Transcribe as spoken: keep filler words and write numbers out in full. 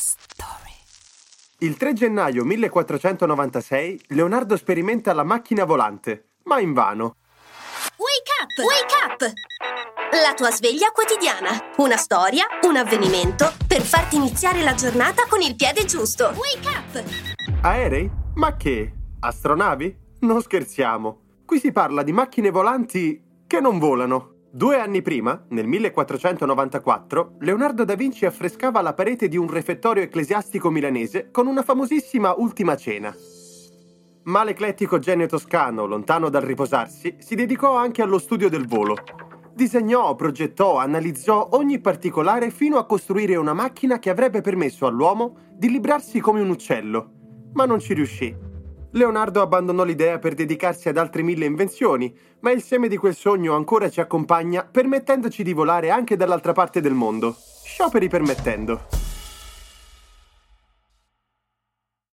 story. Il tre gennaio millequattrocentonovantasei Leonardo sperimenta la macchina volante, ma invano. Wake up! Wake up! La tua sveglia quotidiana. Una storia, un avvenimento per farti iniziare la giornata con il piede giusto. Wake up! Aerei? Ma che? Astronavi? Non scherziamo. Qui si parla di macchine volanti che non volano. Due anni prima, nel millequattrocentonovantaquattro, Leonardo da Vinci affrescava la parete di un refettorio ecclesiastico milanese con una famosissima Ultima Cena. Ma l'eclettico genio toscano, lontano dal riposarsi, si dedicò anche allo studio del volo. Disegnò, progettò, analizzò ogni particolare fino a costruire una macchina che avrebbe permesso all'uomo di librarsi come un uccello. Ma non ci riuscì. Leonardo abbandonò l'idea per dedicarsi ad altre mille invenzioni, ma il seme di quel sogno ancora ci accompagna, permettendoci di volare anche dall'altra parte del mondo. Scioperi permettendo.